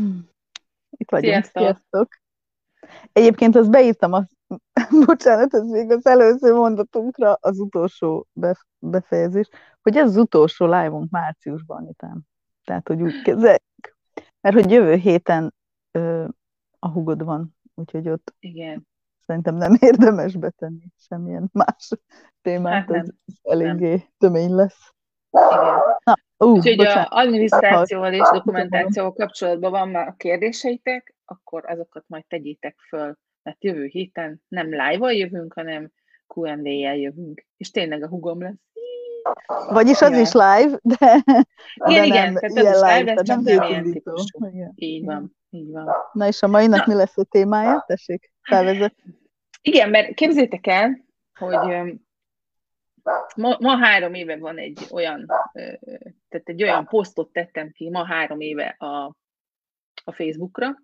Itt vagyunk, Sziasztok! sziasztok! Egyébként azt beírtam, bocsánat, ez még az előző mondatunkra az utolsó befejezés, hogy ez az utolsó live-unk márciusban itán. Tehát, hogy úgy kezeljük. Mert hogy jövő héten a hugod van, úgyhogy ott Igen, szerintem nem érdemes betenni semmilyen más hát témát, az nem, nem, eléggé tömény lesz. igen. Na, Úgyhogy bocsánat, a ha adminisztrációval és magam. dokumentációval kapcsolatban van már a kérdéseitek, akkor azokat majd tegyétek föl, mert jövő héten nem live-val jövünk, hanem Q&A-jel jövünk. És tényleg a hugom lesz. Vagyis az is Ja. live, Igen, de igen, nem tehát az ilyen is live live, lesz, tehát csak nem nem ilyen tétindító. típusú. Igen, Így igen. van, így van. Na és a mainak mi Na, lesz a témája? Tessék, felvezet. igen, mert képzétek el, hogy ma 3 éve van egy olyan, tehát egy olyan posztot tettem ki ma 3 éve a Facebookra,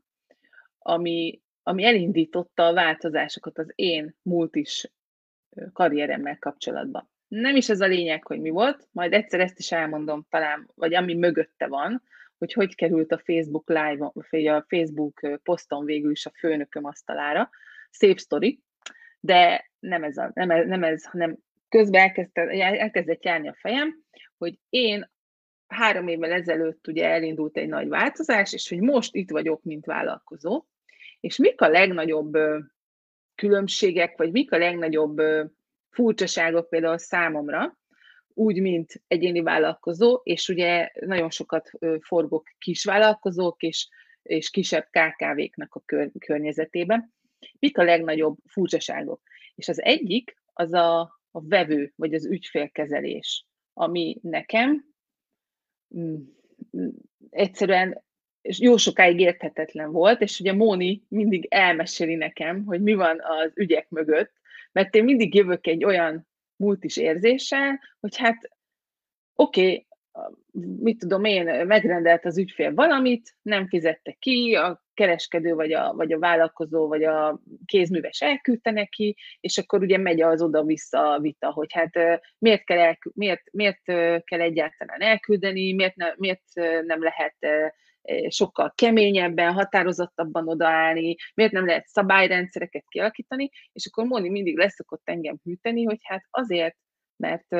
ami elindította a változásokat az én multis karrieremmel kapcsolatban. Nem is ez a lényeg, hogy mi volt, majd egyszer ezt is elmondom talán, vagy ami mögötte van, hogy került a Facebook live, vagy a Facebook poszton végül is a főnököm asztalára. Szép sztori, de nem ez, hanem közben elkezdett járni a fejem, hogy én 3 évvel ezelőtt ugye elindult egy nagy változás, és hogy most itt vagyok, mint vállalkozó, és mik a legnagyobb különbségek, vagy mik a legnagyobb furcsaságok például számomra, úgy, mint egyéni vállalkozó, és ugye nagyon sokat forgok kisvállalkozók és kisebb KKV-knak a környezetében. Mik a legnagyobb furcsaságok? És az egyik az a vevő, vagy az ügyfélkezelés, ami nekem mm, egyszerűen jó sokáig érthetetlen volt, és ugye Móni mindig elmeséli nekem, hogy mi van az ügyek mögött, mert én mindig jövök egy olyan múltis érzéssel, hogy hát oké, mit tudom én, megrendelt az ügyfél valamit, nem fizette ki, a kereskedő vagy a vállalkozó, vagy a kézműves elküldte neki, és akkor ugye megy az oda-vissza a vita, hogy hát miért kell egyáltalán elküldeni, miért nem lehet sokkal keményebben, határozottabban odaállni, miért nem lehet szabályrendszereket kialakítani, és akkor Móni mindig leszokott engem hűteni, hogy hát azért, mert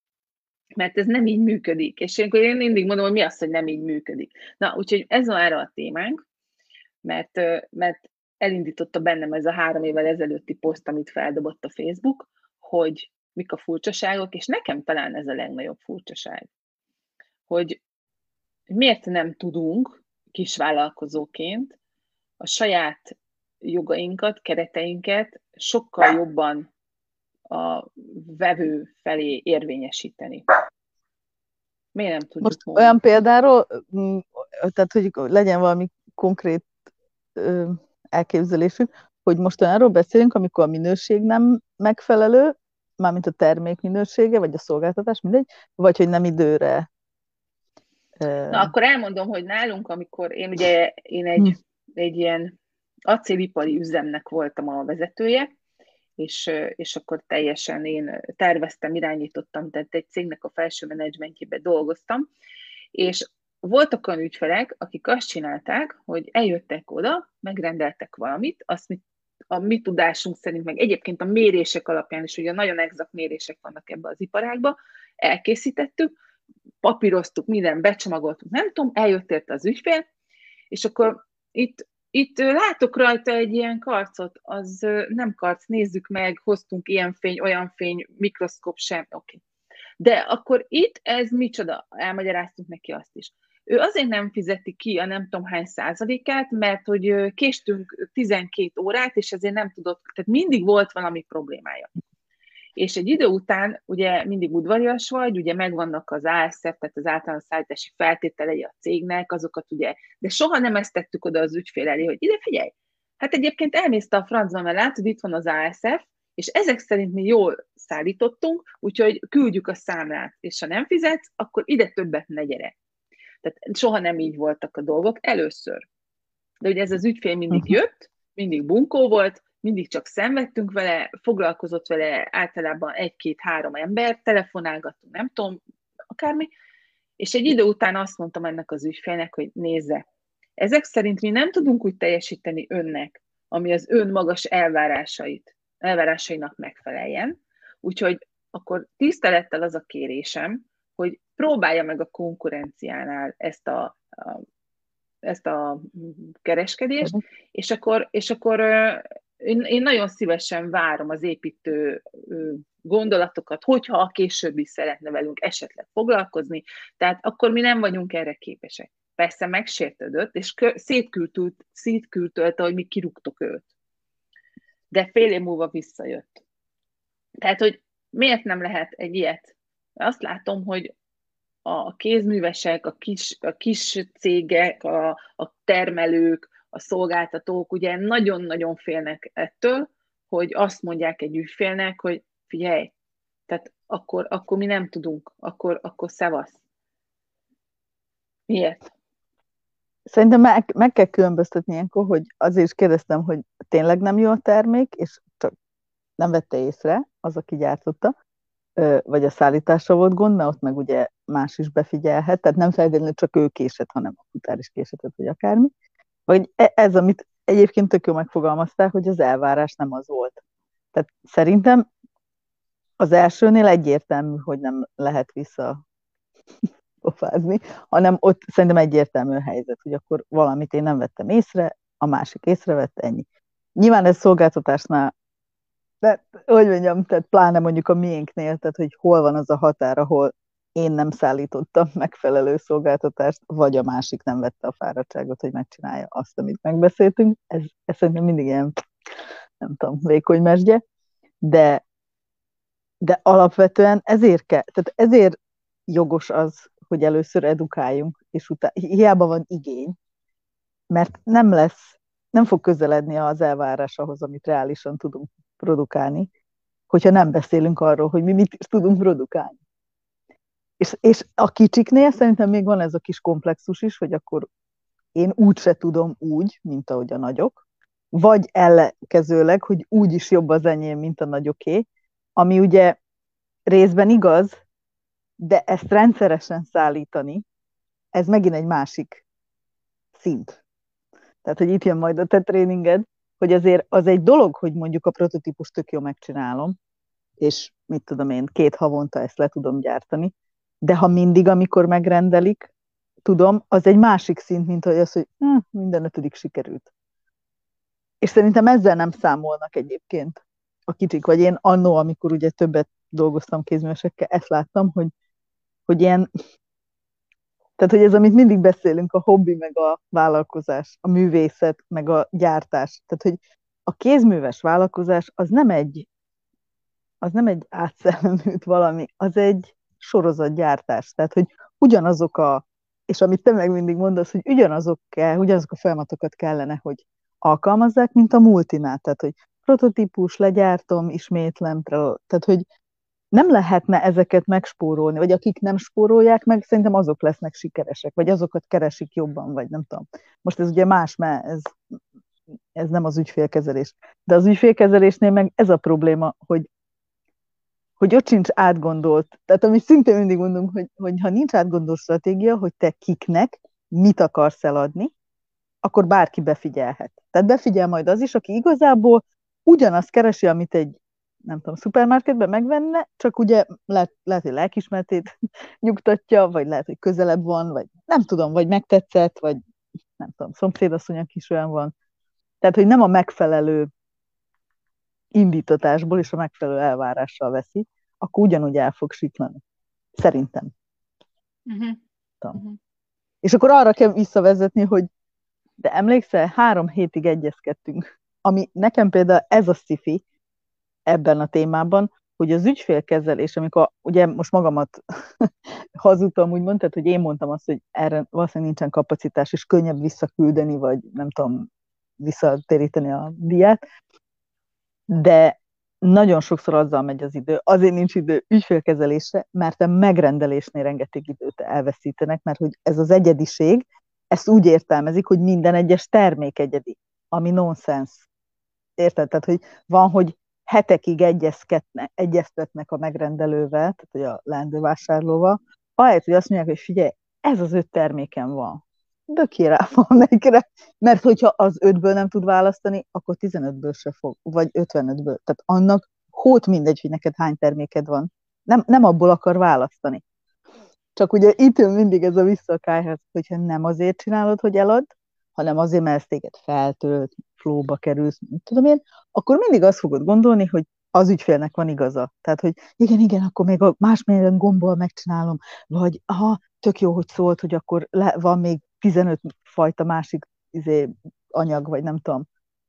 ez nem így működik. És én mindig mondom, hogy mi az, hogy nem így működik. Na, úgyhogy ez már a témánk, mert elindította bennem ez a 3 évvel ezelőtti poszt, amit feldobott a Facebook, hogy mik a furcsaságok, és nekem talán ez a legnagyobb furcsaság, hogy miért nem tudunk kisvállalkozóként a saját jogainkat, kereteinket sokkal jobban a vevő felé érvényesíteni. Miért nem Most tudjuk, Móni? olyan példáról, tehát hogy legyen valami konkrét elképzelésünk, hogy most olyanról beszélünk, amikor a minőség nem megfelelő, mármint a termék minősége, vagy a szolgáltatás, mindegy, vagy hogy nem időre. Na, akkor elmondom, hogy nálunk, amikor én Hm. egy ilyen acélipari üzemnek voltam a vezetője, és akkor teljesen én terveztem, irányítottam, tehát egy cégnek a felső menedzsmentjébe dolgoztam, és voltak olyan ügyfelek, akik azt csinálták, hogy eljöttek oda, megrendeltek valamit, azt a mi tudásunk szerint, meg egyébként a mérések alapján is, ugye nagyon exakt mérések vannak ebbe az iparágba, elkészítettük, papíroztuk, minden becsomagoltuk, nem tudom, eljött érte az ügyfél, és akkor itt látok rajta egy ilyen karcot, az nem karc, nézzük meg, hoztunk ilyen fény, olyan fény, mikroszkóp sem, oké. De akkor itt ez micsoda? Elmagyaráztunk neki azt is. Ő azért nem fizeti ki a nem tudom hány százalékát, mert hogy késtünk 12 órát, és ezért nem tudott, tehát mindig volt valami problémája. És egy idő után ugye mindig udvarias vagy, ugye megvannak az ASF, tehát az általános szállítási feltételei a cégnek, azokat ugye, de soha nem ezt tettük oda az ügyfél elé, hogy ide figyelj, hát egyébként elmész a francba, mert látod, itt van az ASF, és ezek szerint mi jól szállítottunk, úgyhogy küldjük a számlát, és ha nem fizetsz, akkor ide többet ne gyere. Tehát soha nem így voltak a dolgok, először. De ugye ez az ügyfél mindig Uh-huh. jött, mindig bunkó volt, mindig csak szenvedtünk vele, foglalkozott vele általában 1-2-3 ember, telefonálgattunk, nem tudom, akármi, és egy idő után azt mondtam ennek az ügyfélnek, hogy nézze, ezek szerint mi nem tudunk úgy teljesíteni önnek, ami az ön magas elvárásainak megfeleljen. Úgyhogy akkor tisztelettel az a kérésem, hogy próbálja meg a konkurenciánál ezt a kereskedést, és akkor én nagyon szívesen várom az építő gondolatokat, hogyha a később is szeretne velünk esetleg foglalkozni, tehát akkor mi nem vagyunk erre képesek. Persze megsértődött, és szétküldtölte, hogy mi kirúgtok őt. De fél év múlva visszajött. Tehát, hogy miért nem lehet egy ilyet? Azt látom, hogy a kézművesek, a kis cégek, a termelők, a szolgáltatók ugye nagyon-nagyon félnek ettől, hogy azt mondják egy ügyfélnek, hogy figyelj, tehát akkor mi nem tudunk, akkor szevasz. Miért? Szerintem meg kell különböztetni ilyenkor, hogy azért is kérdeztem, hogy tényleg nem jó a termék, és csak nem vette észre az, aki gyártotta, vagy a szállításra volt gond, mert ott meg ugye más is befigyelhet, tehát nem feltétlenül csak ő késett, hanem a futár is késetett, vagy akármi. Vagy ez, amit egyébként tök jó megfogalmazták, hogy az elvárás nem az volt. Tehát szerintem az elsőnél egyértelmű, hogy nem lehet visszapofázni, hanem ott szerintem egyértelmű a helyzet, hogy akkor valamit én nem vettem észre, a másik észrevette, ennyi. Nyilván ez szolgáltatásnál, de hogy mondjam, tehát pláne mondjuk a miénknél, tehát hogy hol van az a határ, ahol én nem szállítottam megfelelő szolgáltatást, vagy a másik nem vette a fáradtságot, hogy megcsinálja azt, amit megbeszéltünk. Ez szerintem mindig ilyen, nem tudom, vékony mesdje, de alapvetően ezért kell, tehát ezért jogos az, hogy először edukáljunk, és utána hiába van igény, mert nem fog közeledni az elvárás ahhoz, amit reálisan tudunk produkálni, hogyha nem beszélünk arról, hogy mi mit is tudunk produkálni. És a kicsiknél szerintem még van ez a kis komplexus is, hogy akkor én úgyse tudom úgy, mint ahogy a nagyok, vagy ellenkezőleg, hogy úgy is jobb az enyém, mint a nagyoké, ami ugye részben igaz, de ezt rendszeresen szállítani, ez megint egy másik szint. Tehát, hogy itt jön majd a te tréninged, hogy azért az egy dolog, hogy mondjuk a prototípust tök jó megcsinálom, és mit tudom én, 2 havonta ezt le tudom gyártani, de ha mindig, amikor megrendelik, tudom, az egy másik szint, mint hogy az, hogy minden 5. sikerült. És szerintem ezzel nem számolnak egyébként a kicsik, vagy én annó, amikor ugye többet dolgoztam kézművesekkel, ezt láttam, hogy ilyen, tehát hogy ez, amit mindig beszélünk, a hobbi, meg a vállalkozás, a művészet, meg a gyártás. Tehát, hogy a kézműves vállalkozás az nem egy átszellemült valami, az egy sorozatgyártás. Tehát, hogy ugyanazok és amit te meg mindig mondasz, hogy ugyanazok a folyamatokat kellene, hogy alkalmazzák, mint a multinál. Tehát, hogy prototípus, legyártom, ismétlem, tehát, hogy nem lehetne ezeket megspórolni, vagy akik nem spórolják meg, szerintem azok lesznek sikeresek, vagy azokat keresik jobban, vagy nem tudom. Most ez ugye más, mert ez nem az ügyfélkezelés. De az ügyfélkezelésnél meg ez a probléma, hogy ott sincs átgondolt. Tehát amit szintén mindig mondunk, hogy ha nincs átgondolt stratégia, hogy te kiknek mit akarsz eladni, akkor bárki befigyelhet. Tehát befigyel majd az is, aki igazából ugyanazt keresi, amit egy, nem tudom, szupermarketben megvenne, csak ugye lehet, hogy lelkismeretét nyugtatja, vagy lehet, hogy közelebb van, vagy nem tudom, vagy megtetszett, vagy nem tudom, szomszédasszonynak is olyan van. Tehát, hogy nem a megfelelő indítatásból és a megfelelő elvárással veszi, akkor ugyanúgy el fog siklani. Szerintem. Uh-huh. És akkor arra kell visszavezetni, hogy de emlékszel, 3 hétig egyezkedtünk, ami nekem például ez a sci-fi ebben a témában, hogy az ügyfélkezelés, amikor ugye most magamat hazudtam, úgy mondtad, hogy én mondtam azt, hogy erre valószínűleg nincsen kapacitás, és könnyebb visszaküldeni, vagy nem tudom, visszatéríteni a díját, de nagyon sokszor azzal megy az idő, azért nincs idő ügyfélkezelésre, mert a megrendelésnél rengeteg időt elveszítenek, mert hogy ez az egyediség, ezt úgy értelmezik, hogy minden egyes termék egyedi, ami nonsens. Érted? Tehát, hogy van, hogy hetekig egyeztetnek a megrendelővel, tehát hogy a leendő vásárlóval, ahelyett, hogy azt mondják, hogy figyelj, ez az 5 terméken van. dökjél rá valamelyikre, mert hogyha az 5-ből nem tud választani, akkor 15-ből se fog, vagy 55-ből. Tehát annak hót mindegy, hogy neked hány terméked van. Nem abból akar választani. Csak ugye itt jön mindig ez a vissza a kályház, hogyha nem azért csinálod, hogy elad, hanem azért, mert ez téged feltölt, flóba kerülsz, tudom én, akkor mindig azt fogod gondolni, hogy az ügyfélnek van igaza. Tehát, hogy igen, akkor még a másmilyen gombbal megcsinálom, vagy tök jó, hogy szólt, hogy akkor van még 15 fajta másik anyag, vagy nem tudom.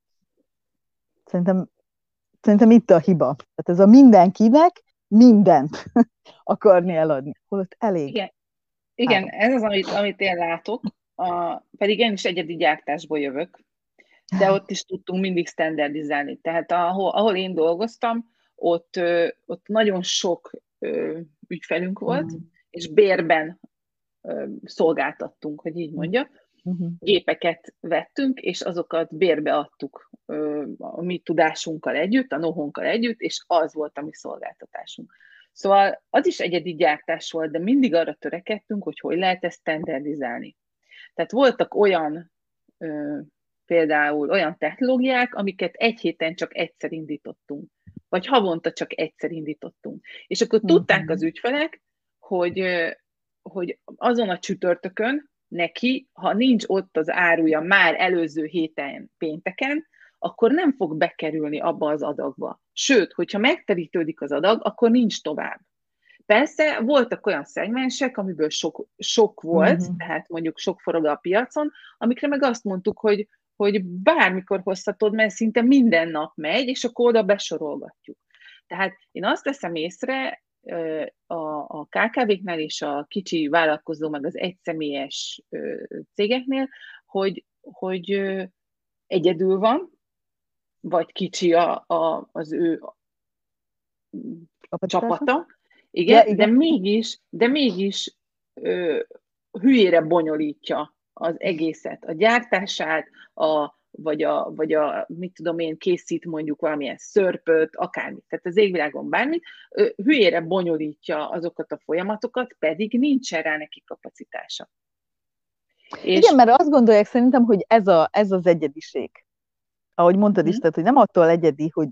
Szerintem itt a hiba. Tehát ez a mindenkinek mindent akarni eladni. Holott elég. Igen, ez az, amit én látok, pedig én is egyedi gyártásból jövök, de ott is tudtunk mindig standardizálni. Tehát ahol én dolgoztam, ott nagyon sok ügyfelünk volt, és bérben szolgáltattunk, hogy így mondja. Gépeket vettünk, és azokat bérbe adtuk a mi tudásunkkal együtt, a know-how-nkkal együtt, és az volt a mi szolgáltatásunk. Szóval az is egyedi gyártás volt, de mindig arra törekedtünk, hogy lehet ezt standardizálni. Tehát voltak például olyan technológiák, amiket egy héten csak egyszer indítottunk, vagy havonta csak egyszer indítottunk. És akkor tudták az ügyfelek, hogy azon a csütörtökön neki, ha nincs ott az áruja már előző héten pénteken, akkor nem fog bekerülni abba az adagba. Sőt, hogyha megterítődik az adag, akkor nincs tovább. Persze voltak olyan szegmensek, amiből sok volt, tehát mondjuk sok forog a piacon, amikre meg azt mondtuk, hogy bármikor hozhatod, mert szinte minden nap megy, és akkor oda besorolgatjuk. Tehát én azt veszem észre a KKV-knál és a kicsi vállalkozó, meg az egyszemélyes cégeknél, hogy egyedül van, vagy kicsi az ő csapata, igen, ja, de mégis hülyére bonyolítja az egészet, a gyártását, vagy mit tudom én, készít mondjuk valamilyen szörpöt, akármit, tehát az égvilágon bármit, hülyére bonyolítja azokat a folyamatokat, pedig nincsen rá neki kapacitása. Igen, mert azt gondolják szerintem, hogy ez az egyediség. Ahogy mondtad is, tehát, hogy nem attól egyedi, hogy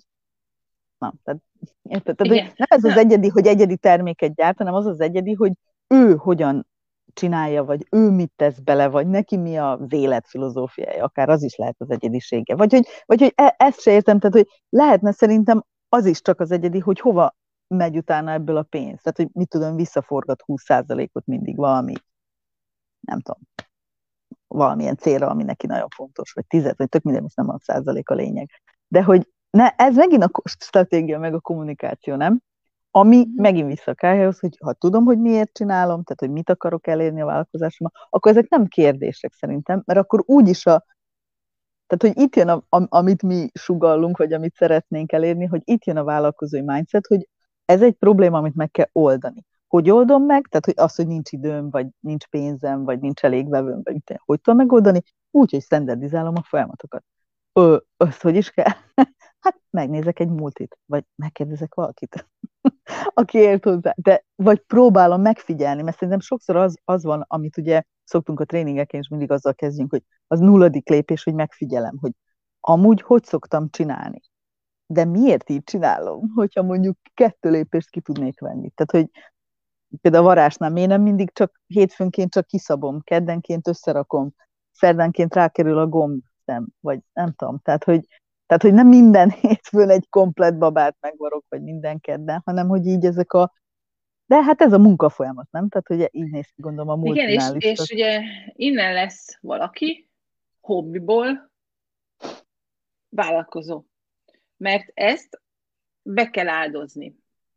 tehát, hogy nem ez az egyedi, hogy egyedi terméket gyárt, hanem az az egyedi, hogy ő hogyan csinálja, vagy ő mit tesz bele, vagy neki mi az életfilozófiája, akár az is lehet az egyedisége. Vagy hogy ezt se értem, tehát hogy lehetne szerintem az is csak az egyedi, hogy hova megy utána ebből a pénz. Tehát, hogy mit tudom, visszaforgat 20%-ot mindig valami, nem tudom, valamilyen célra, ami neki nagyon fontos, vagy 10, vagy tök minden, most nem a százalék a lényeg. De hogy ez megint a stratégia, meg a kommunikáció, nem? Ami megint vissza kell, hogy ha tudom, hogy miért csinálom, tehát hogy mit akarok elérni a vállalkozásommal, akkor ezek nem kérdések szerintem, mert akkor úgyis tehát, hogy itt jön, amit mi sugallunk, vagy amit szeretnénk elérni, hogy itt jön a vállalkozói mindset, hogy ez egy probléma, amit meg kell oldani. Hogy oldom meg? Tehát, hogy az, hogy nincs időm, vagy nincs pénzem, vagy nincs elég vevőm, vagy hogy tudom megoldani? Úgy, hogy standardizálom a folyamatokat. Azt hogy is kell? Hát megnézek egy multit, vagy megkérdezek valakit, aki ért hozzá. Vagy próbálom megfigyelni, mert szerintem sokszor az van, amit ugye szoktunk a tréningeken, és mindig azzal kezdjünk, hogy az 0. lépés, hogy megfigyelem, hogy amúgy hogy szoktam csinálni. De miért így csinálom, hogyha mondjuk 2 lépést ki tudnék venni. Tehát, hogy például a varásnál miért nem mindig csak hétfőnként csak kiszabom, keddenként összerakom, szerdánként rákerül a gombszem, vagy nem tudom. Tehát, hogy nem minden hétfőn egy komplett babát megvarok, vagy minden kedden, hanem hogy így ezek de hát ez a munkafolyamat, nem? Tehát, hogy így néz ki, gondolom, a multinál is. Igen, és ugye innen lesz valaki hobbiból vállalkozó. Mert ezt be kell áldozni.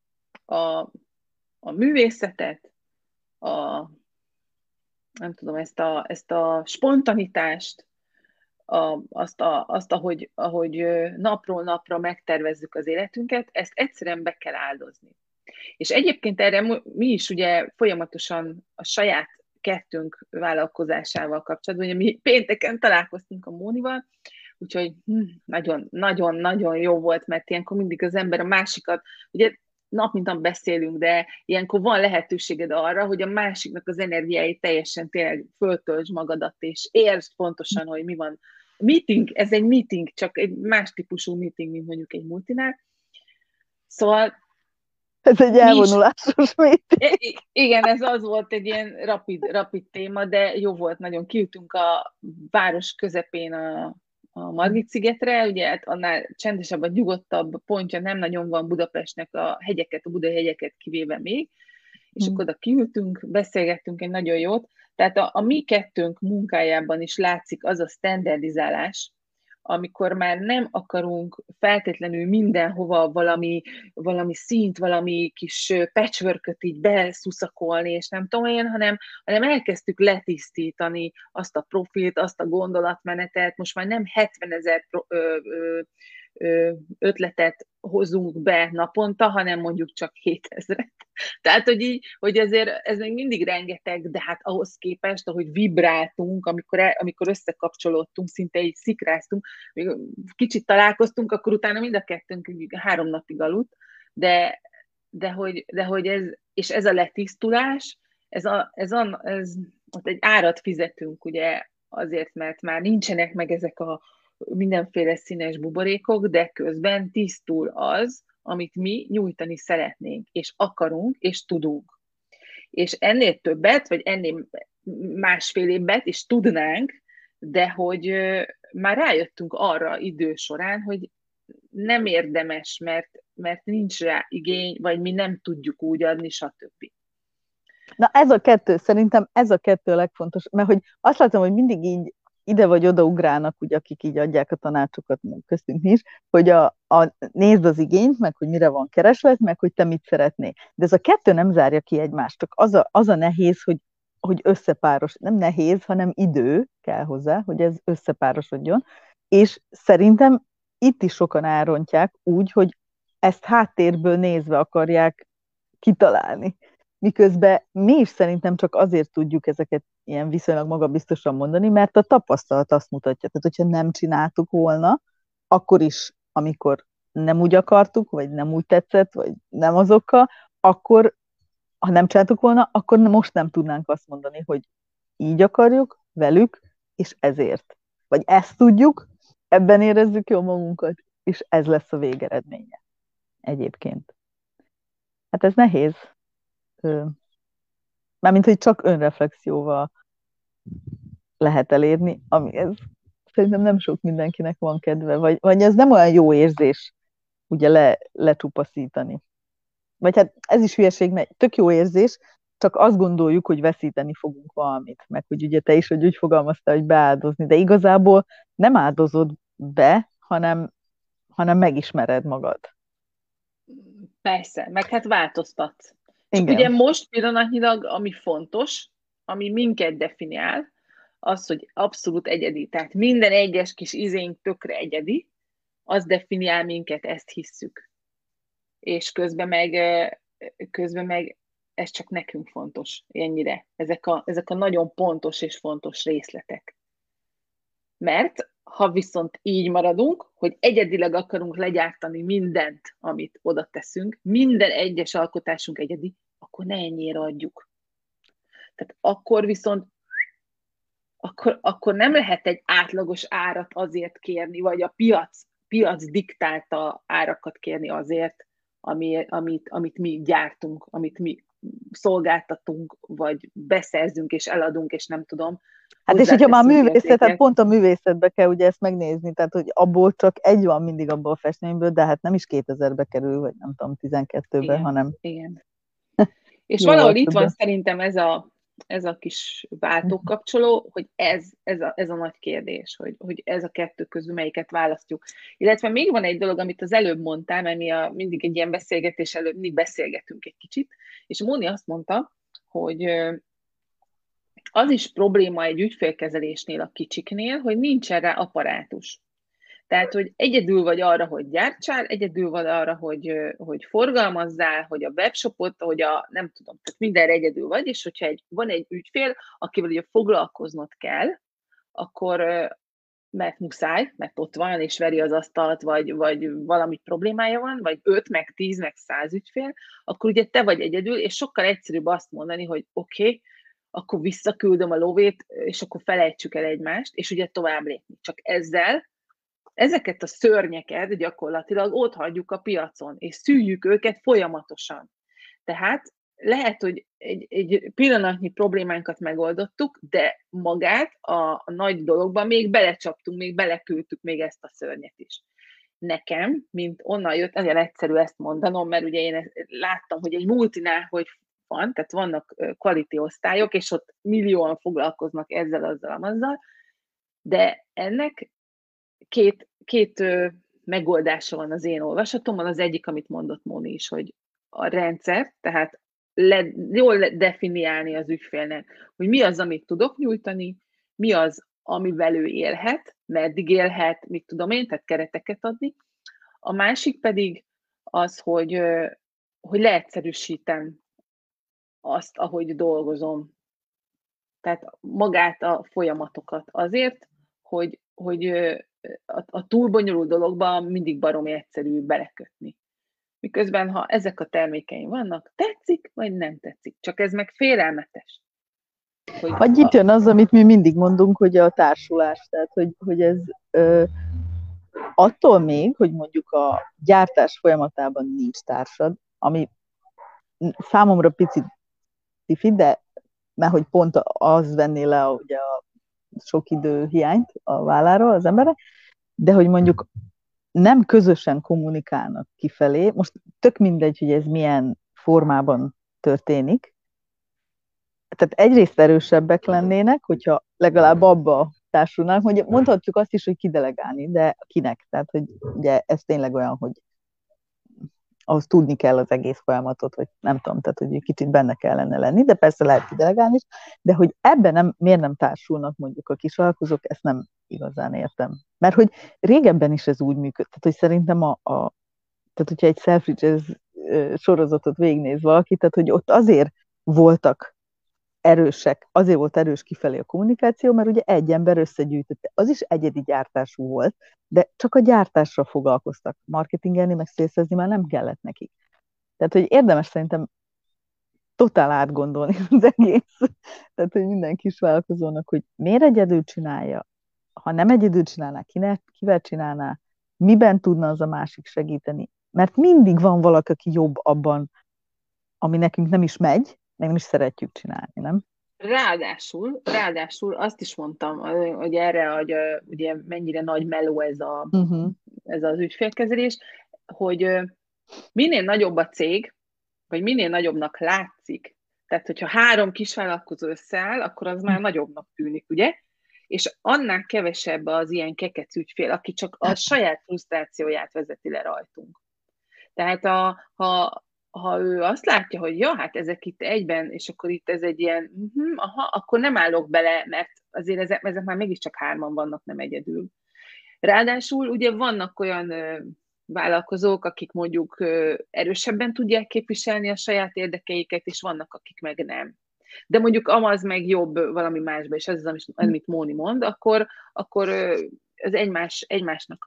A művészetet, nem tudom, ezt a spontanitást, azt ahogy napról napra megtervezzük az életünket, ezt egyszerűen be kell áldozni. És egyébként erre mi is ugye folyamatosan a saját kettőnk vállalkozásával kapcsolatban, ugye mi pénteken találkoztunk a Mónival, úgyhogy nagyon-nagyon jó volt, mert ilyenkor mindig az ember a másikat, ugye nap mint nap beszélünk, de ilyenkor van lehetőséged arra, hogy a másiknak az energiáit teljesen tényleg föltöltsd magadat, és értsd pontosan, hogy mi van. Meeting, ez egy meeting, csak egy más típusú meeting, mint mondjuk egy multinál. Szóval Ez egy mi is, elvonulásos meeting. igen, ez az volt egy ilyen rapid téma, de jó volt, nagyon kijutunk a város közepén a Margit-szigetre, ugye hát annál csendesebb, a nyugodtabb pontja nem nagyon van Budapestnek, a budai hegyeket kivéve még, és akkor oda kiültünk, beszélgettünk egy nagyon jót, tehát a mi kettőnk munkájában is látszik az a standardizálás, amikor már nem akarunk feltétlenül mindenhova valami színt, valami kis patchworköt így beszuszakolni, és nem tudom én, hanem elkezdtük letisztítani azt a profilt, azt a gondolatmenetet, most már nem 70 000 ötletet hozunk be naponta, hanem mondjuk csak 7000-et. Tehát, hogy ezért ez még mindig rengeteg, de hát ahhoz képest, ahogy vibráltunk, amikor összekapcsolódtunk, szinte így szikráztunk, még kicsit találkoztunk, akkor utána mind a kettőnk 3 napig aludt, de hogy ez, és ez a letisztulás, ez egy árat fizetünk, ugye, azért, mert már nincsenek meg ezek a mindenféle színes buborékok, de közben tisztul az, amit mi nyújtani szeretnénk, és akarunk, és tudunk. És ennél többet, vagy ennél másfél évet is tudnánk, de hogy már rájöttünk arra idő során, hogy nem érdemes, mert nincs rá igény, vagy mi nem tudjuk úgy adni, stb. Na ez a kettő, szerintem ez a kettő a legfontos, mert hogy azt látom, hogy mindig így ide vagy oda ugrálnak, ugye, akik így adják a tanácsokat, köztünk mi is, hogy nézd az igényt, meg hogy mire van kereslet, meg hogy te mit szeretnél. De ez a kettő nem zárja ki egymást, csak az a nehéz, hogy összepáros, nem nehéz, hanem idő kell hozzá, hogy ez összepárosodjon, és szerintem itt is sokan elrontják úgy, hogy ezt háttérből nézve akarják kitalálni. Miközben mi is szerintem csak azért tudjuk ezeket ilyen viszonylag magabiztosan mondani, mert a tapasztalat azt mutatja. Tehát, hogyha nem csináltuk volna, akkor is, amikor nem úgy akartuk, vagy nem úgy tetszett, vagy nem azokkal, akkor, ha nem csináltuk volna, akkor most nem tudnánk azt mondani, hogy így akarjuk, velük, és ezért. Vagy ezt tudjuk, ebben érezzük jól magunkat, és ez lesz a végeredménye egyébként. Hát ez nehéz. Mármint, hogy csak önreflexióval lehet elérni, ami ez szerintem nem sok mindenkinek van kedve, vagy ez nem olyan jó érzés ugye lecsupaszítani. Vagy hát ez is hülyeség, mert tök jó érzés, csak azt gondoljuk, hogy veszíteni fogunk valamit, meg hogy ugye te is, hogy úgy fogalmaztál, hogy beáldozni, de igazából nem áldozod be, hanem megismered magad. Persze, meg hát változtatsz. Csak Igen. ugye most pillanatnyilag, ami fontos, ami minket definiál, az, hogy abszolút egyedi. Tehát minden egyes kis izénk tökre egyedi, az definiál minket, ezt hisszük. És közben meg ez csak nekünk fontos, ennyire. Ezek a nagyon pontos és fontos részletek. Mert ha viszont így maradunk, hogy egyedileg akarunk legyártani mindent, amit oda teszünk, minden egyes alkotásunk egyedi, akkor ne ennyire adjuk. Tehát akkor viszont akkor nem lehet egy átlagos árat azért kérni, vagy a piac diktálta árakat kérni azért, amit mi gyártunk, amit mi szolgáltatunk, vagy beszerzünk és eladunk, és nem tudom. Hát és hogyha már művészet, értéket. hát pont a művészetbe kell ugye ezt megnézni, tehát hogy abból csak egy van mindig abból a festményből, de hát nem is 2000-be kerül, vagy nem tudom, 12-be, Igen, hanem... Igen. És Jóval valahol itt többen. van szerintem ez a kis váltókapcsoló, hogy ez a nagy kérdés, hogy ez a kettő közül melyiket választjuk. Illetve még van egy dolog, amit az előbb mondtál, mert mi mindig egy ilyen beszélgetés előtt mindig beszélgetünk egy kicsit, és Móni azt mondta, hogy az is probléma egy ügyfélkezelésnél a kicsiknél, hogy nincsen rá apparátus. Tehát, hogy egyedül vagy arra, hogy gyártsál, egyedül vagy arra, hogy forgalmazzál, hogy a webshopot, hogy nem tudom, tehát mindenre egyedül vagy, és hogyha van egy ügyfél, akivel ugye foglalkoznod kell, akkor mert muszáj, mert ott van, és veri az asztalt, vagy valami problémája van, vagy 5, meg 10, meg 100 ügyfél, akkor ugye te vagy egyedül, és sokkal egyszerűbb azt mondani, hogy oké, akkor visszaküldöm a lóvét, és akkor felejtsük el egymást, és ugye tovább lépni. Csak ezeket a szörnyeket gyakorlatilag ott hagyjuk a piacon, és szüljük őket folyamatosan. Tehát lehet, hogy egy pillanatnyi problémánkat megoldottuk, de magát a nagy dologban még belecsaptunk, még beleküldtük még ezt a szörnyet is. Nekem, mint onnan jött, nagyon egyszerű ezt mondanom, mert ugye én láttam, hogy egy multinál hogy van, tehát vannak quality osztályok, és ott millióan foglalkoznak ezzel, azzal, de ennek két megoldása van az én olvasatomban. Az egyik, amit mondott Móni is, hogy a rendszer, tehát jól definiálni az ügyfélnek, hogy mi az, amit tudok nyújtani, mi az, amivel ő élhet, meddig élhet, mit tudom én, tehát kereteket adni. A másik pedig az, hogy leegyszerűsítem azt, ahogy dolgozom. Tehát magát a folyamatokat azért, hogy a túl bonyolult dologban mindig baromi egyszerű belekötni. Miközben, ha ezek a termékeim vannak, tetszik, vagy nem tetszik. Csak ez meg félelmetes. Vagy itt jön az, amit mi mindig mondunk, hogy a társulás. Tehát, hogy ez attól még, hogy mondjuk a gyártás folyamatában nincs társad, ami számomra picit tifi, de mert hogy pont az venné le ugye a sok idő hiányt a válláról az emberek, de hogy mondjuk nem közösen kommunikálnak kifelé, most tök mindegy, hogy ez milyen formában történik, tehát egyrészt erősebbek lennének, hogyha legalább abba társulnak, hogy mondhatjuk azt is, hogy kidelegálni, de kinek? Tehát, hogy ugye ez tényleg olyan, hogy ahhoz tudni kell az egész folyamatot, vagy nem tudom, tehát hogy kicsit benne kellene lenni, de persze lehet kidelegálni is, de hogy ebben miért nem társulnak mondjuk a kisvállalkozók, ezt nem igazán értem. Mert hogy régebben is ez úgy működött, tehát hogy szerintem tehát hogyha egy Selfridges sorozatot végignéz valaki, tehát hogy ott azért voltak erősek, azért volt erős kifelé a kommunikáció, mert ugye egy ember összegyűjtötte. Az is egyedi gyártású volt, de csak a gyártásra foglalkoztak. Marketingelni, meg szélszezni már nem kellett nekik. Tehát, hogy érdemes szerintem totál átgondolni az egész. Tehát, hogy minden kis vállalkozónak, hogy miért egyedül csinálja, ha nem egyedül csinálná, kivel csinálná, miben tudna az a másik segíteni. Mert mindig van valaki, aki jobb abban, ami nekünk nem is megy, meg nem is szeretjük csinálni, nem? Ráadásul azt is mondtam, hogy erre, hogy ugye mennyire nagy meló ez az ügyfélkezelés, hogy minél nagyobb a cég, vagy minél nagyobbnak látszik, tehát hogyha 3 kisvállalkozó összeáll, akkor az már nagyobbnak tűnik, ugye? És annál kevesebb az ilyen kekec ügyfél, aki csak a saját frusztrációját vezeti le rajtunk. Tehát ha ő azt látja, hogy ja, hát ezek itt egyben, és akkor itt ez egy ilyen, akkor nem állok bele, mert azért ezek már mégiscsak 3-an vannak, nem egyedül. Ráadásul ugye vannak olyan vállalkozók, akik mondjuk erősebben tudják képviselni a saját érdekeiket, és vannak, akik meg nem. De mondjuk amaz meg jobb valami másba, és ez az, amit Móni mond, akkor az egymásnak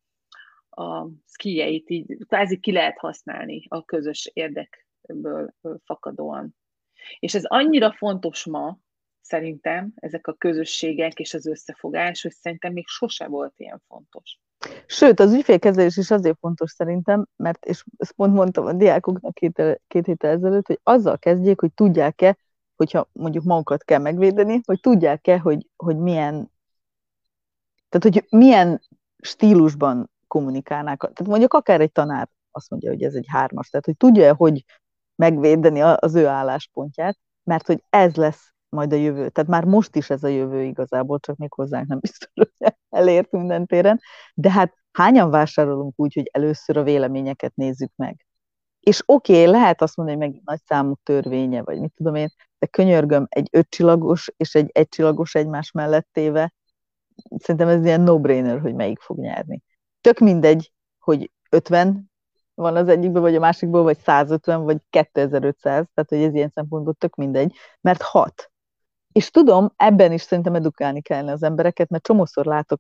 a skilljeit így kvázi ki lehet használni a közös érdekből fakadóan. És ez annyira fontos ma, szerintem, ezek a közösségek és az összefogás, hogy szerintem még sose volt ilyen fontos. Sőt, az ügyfélkezelés is azért fontos szerintem, mert, és ezt pont mondtam a diákoknak két héttel ezelőtt, hogy azzal kezdjék, hogy tudják-e, hogyha mondjuk magukat kell megvédeni, hogy tudják-e, hogy milyen, tehát hogy milyen stílusban kommunikálnák. Tehát mondjuk akár egy tanár azt mondja, hogy ez egy 3-as, tehát hogy tudja-e, hogy megvédeni az ő álláspontját, mert hogy ez lesz majd a jövő. Tehát már most is ez a jövő igazából, csak még hozzánk nem biztos, hogy elért minden téren. De hát hányan vásárolunk úgy, hogy először a véleményeket nézzük meg? És oké, lehet azt mondani, hogy meg nagy számú törvénye, vagy mit tudom én, de könyörgöm, egy 5 csillagos és egy 1 csillagos egymás mellett téve, szerintem ez ilyen no-brainer, hogy melyik fog nyerni. Tök mindegy, hogy 50 van az egyikből, vagy a másikból, vagy 150, vagy 2500, tehát hogy ez ilyen szempontból tök mindegy, mert 6. És tudom, ebben is szerintem edukálni kellene az embereket, mert csomószor látok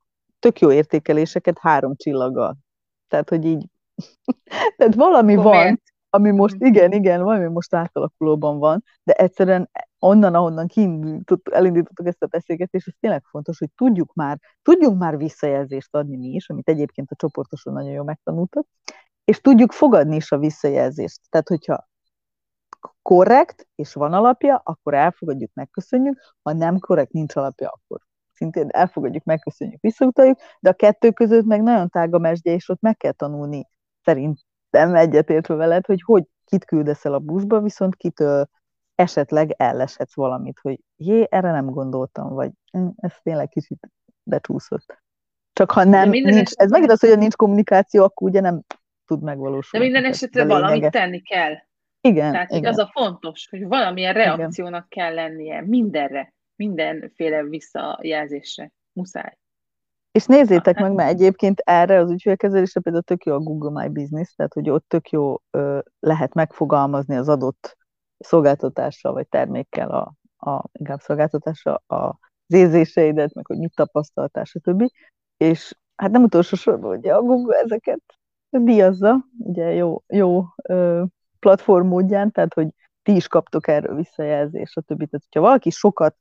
tök jó értékeléseket 3 csillaggal. Tehát, hogy így, tehát valami Akkor van, miért? ami most, Uh-huh. igen, valami most átalakulóban van, de egyszerűen onnan, ahonnan elindítottuk ezt a beszélgetést, ez tényleg fontos, hogy tudjunk már visszajelzést adni mi is, amit egyébként a csoportoson nagyon jól megtanultak, és tudjuk fogadni is a visszajelzést. Tehát, hogyha korrekt, és van alapja, akkor elfogadjuk, megköszönjük, ha nem korrekt, nincs alapja, akkor szintén elfogadjuk, megköszönjük, visszautaljuk, de a kettő között meg nagyon tág a mesdje, és ott meg kell tanulni, szerintem egyetértve veled, hogy kit küldesz el a buszba, viszont kitől esetleg elleshetsz valamit, hogy erre nem gondoltam, vagy ez tényleg kicsit becsúszott. Csak ha De nem, minden nincs, ez esetre, megint az, hogy nincs kommunikáció, akkor ugye nem tud de megvalósulni. minden Tehát ez a esetre valamit lényege. tenni kell. Igen, Tehát, hogy az igen, a fontos, hogy valamilyen igen. reakciónak kell lennie mindenre, mindenféle visszajelzésre. Muszáj. És Na, nézzétek hát meg, mert egyébként erre az ügyfélkezelésre például tök jó a Google My Business, tehát hogy ott tök jó lehet megfogalmazni az adott szolgáltatással vagy termékkel, inkább szolgáltatással az érzéseidet, meg hogy mit tapasztaltál, stb. És hát nem utolsó sorban ugye a Google ezeket díjazza, ugye jó platform módján, tehát hogy ti is kaptok erről visszajelzést, stb. Tehát, hogyha valaki sokat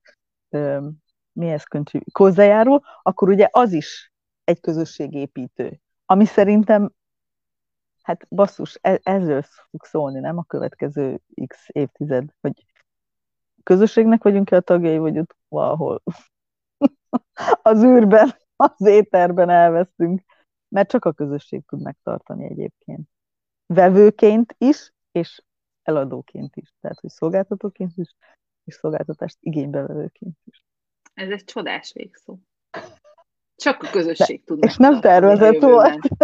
mihez hozzájárul, akkor ugye az is egy közösségépítő. Ami szerintem, hát basszus, ezről fog szólni, nem a következő x évtized, hogy közösségnek vagyunk-e a tagjai, vagy ott valahol az űrben, az éterben elvesztünk, mert csak a közösség tud megtartani egyébként. Vevőként is, és eladóként is. Tehát, hogy szolgáltatóként is, és szolgáltatást igénybevevőként is. ez egy csodás végszó. Csak a De, közösség tud és nem megtartani a tervezett volt. jövőben.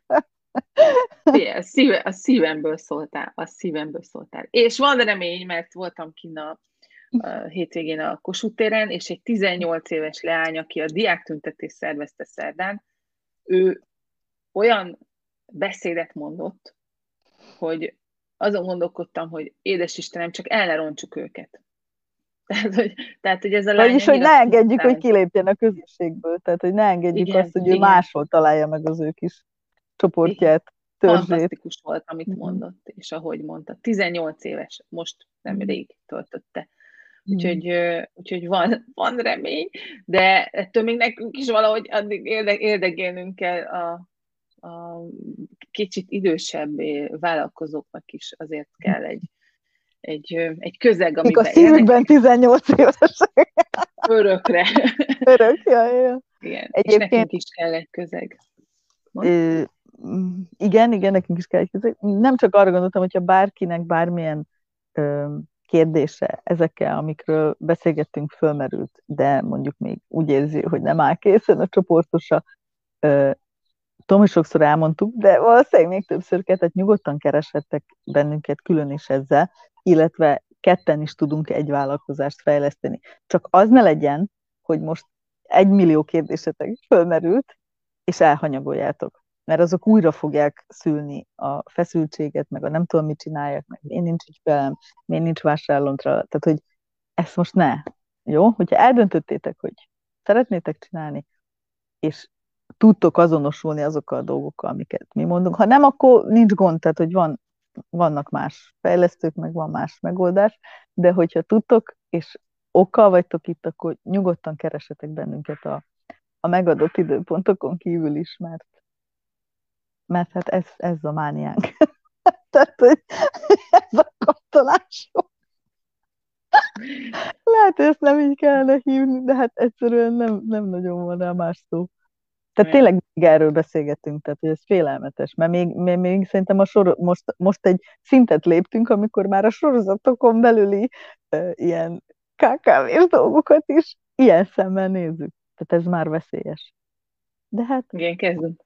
A szívemből szóltál, a szívemből szóltál. És van remény, mert voltam kint a hétvégén a Kossuth téren, és egy 18 éves leány, aki a diáktüntetést szervezte szerdán, ő olyan beszédet mondott, hogy azon gondolkodtam, hogy édes Istenem, csak el ne roncsuk őket. Tehát, hogy ez a lány Vagyis, hogy annyira ne engedjük, hogy tisztelt. kilépjen a közösségből. Tehát, hogy ne engedjük azt, Igen, hogy ő igen. máshol találja meg az ő kis Igen. csoportját, törzsét. Fantasztikus volt, amit Mhm. mondott, és ahogy mondta. 18 éves, most nem Mhm. rég töltötte. Mhm. Úgyhogy van remény, de ettől még nekünk is valahogy addig érdekélnünk kell a kicsit idősebb vállalkozóknak is azért kell egy közeg, Kik a amiben szívükben élnek 18 évesek. örökre. Örök, ja. Igen, és Egyébként nekünk is kell egy közeg. ö, igen, nekünk is kell egy közeg. Nem csak arra gondoltam, hogyha bárkinek bármilyen kérdése ezekkel, amikről beszélgettünk, fölmerült, de mondjuk még úgy érzi, hogy nem áll készen a csoportosa, tudom, hogy sokszor elmondtuk, de valószínűleg még többször kell, tehát nyugodtan kereshettek bennünket külön is ezzel, illetve ketten is tudunk egy vállalkozást fejleszteni. Csak az ne legyen, hogy most 1 millió kérdésetek fölmerült, és elhanyagoljátok. Mert azok újra fogják szülni a feszültséget, meg a nem tudom, mit csinálják, meg én nincs ügyfelem, miért nincs vásárlóntra. Tehát, hogy ezt most ne. Jó? Hogyha eldöntöttétek, hogy szeretnétek csinálni, és tudtok azonosulni azokkal a dolgokkal, amiket mi mondunk. Ha nem, akkor nincs gond, tehát hogy vannak más fejlesztők, meg van más megoldás, de hogyha tudtok, és okkal vagytok itt, akkor nyugodtan keresetek bennünket a megadott időpontokon kívül is, mert hát ez a mániánk. Tehát, hogy ez a kattolások. Lehet, hogy ezt nem így kellene hívni, de hát egyszerűen nem nagyon van rá más szó. Tehát tényleg még erről beszélgetünk, tehát hogy ez félelmetes, mert még szerintem most egy szintet léptünk, amikor már a sorozatokon belüli ilyen KKV-s dolgokat is ilyen szemmel nézzük. Tehát ez már veszélyes. De hát... Igen, kezdünk.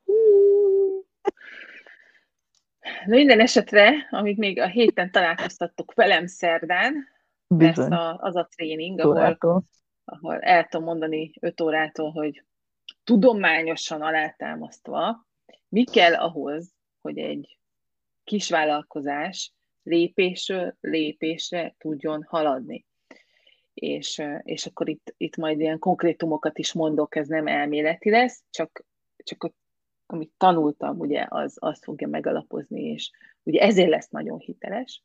Minden esetre, amit még a héten találkoztattok velem szerdán, lesz Bizony. az a tréning, Órától. ahol el tudom mondani 5 órától, hogy tudományosan alátámasztva, mi kell ahhoz, hogy egy kisvállalkozás lépésről lépésre tudjon haladni. és akkor itt majd ilyen konkrétumokat is mondok, ez nem elméleti lesz, csak amit tanultam, ugye, azt fogja megalapozni, és ugye ezért lesz nagyon hiteles.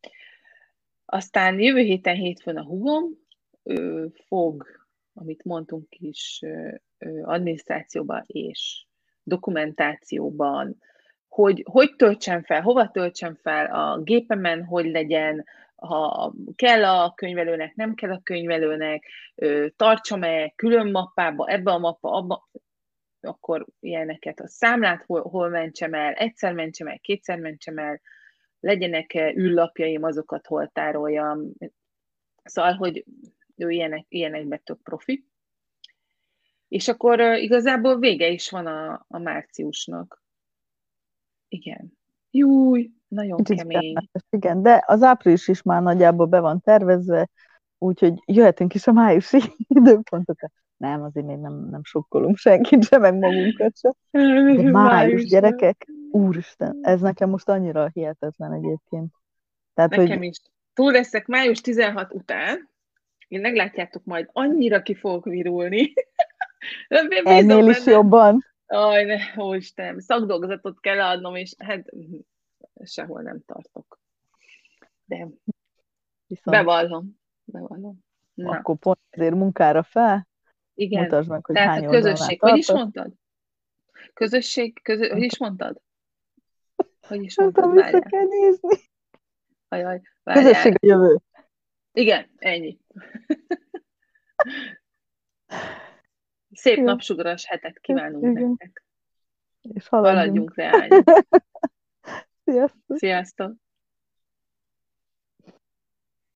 Aztán jövő héten hétfőn a húgom fog, amit mondtunk is, adminisztrációban és dokumentációban, hogy töltsem fel, hova töltsem fel a gépemen, hogy legyen, ha kell a könyvelőnek, nem kell a könyvelőnek, tartsam-e külön mappába, ebbe a mappa, abba, akkor ilyeneket, a számlát hol mentsem el, egyszer mentsem el, kétszer mentsem el, legyenek-e űrlapjaim, azokat hol tároljam. Szóval, hogy ő ilyenekben tök profi. És akkor igazából vége is van a márciusnak. Igen. Júj, nagyon Kicsit kemény. félelmetes, igen, de az április is már nagyjából be van tervezve, úgyhogy jöhetünk is a májusi időpontokra. Nem, azért még nem sokkolunk senkit se, meg magunkat se. De május, gyerekek, úristen, ez nekem most annyira hihetetlen egyébként. Tehát, Nekem hogy is. Túl leszek május 16 után, én meglátjátok majd, annyira ki fogok virulni. Bízom ennél is benne. jobban. Aj, ne, ó Istenem, szakdolgozatot kell adnom, és hát sehol nem tartok. De Viszont bevallom. Na, akkor pont azért munkára fel, igen. mutasd meg, hogy Tehát a hány oldalnál közösség, hogy is tartasz. mondtad? Hogy is mondtad? Hogy is Nem mondtad? tudom, vissza Várjál. kell nézni. Ajaj, Közösség várjál. a jövő. Igen, ennyi. Szép Jó, napsugaras hetet kívánunk igen. nektek. És haladjunk. Haladjunk reálni. Sziasztok! Sziasztok!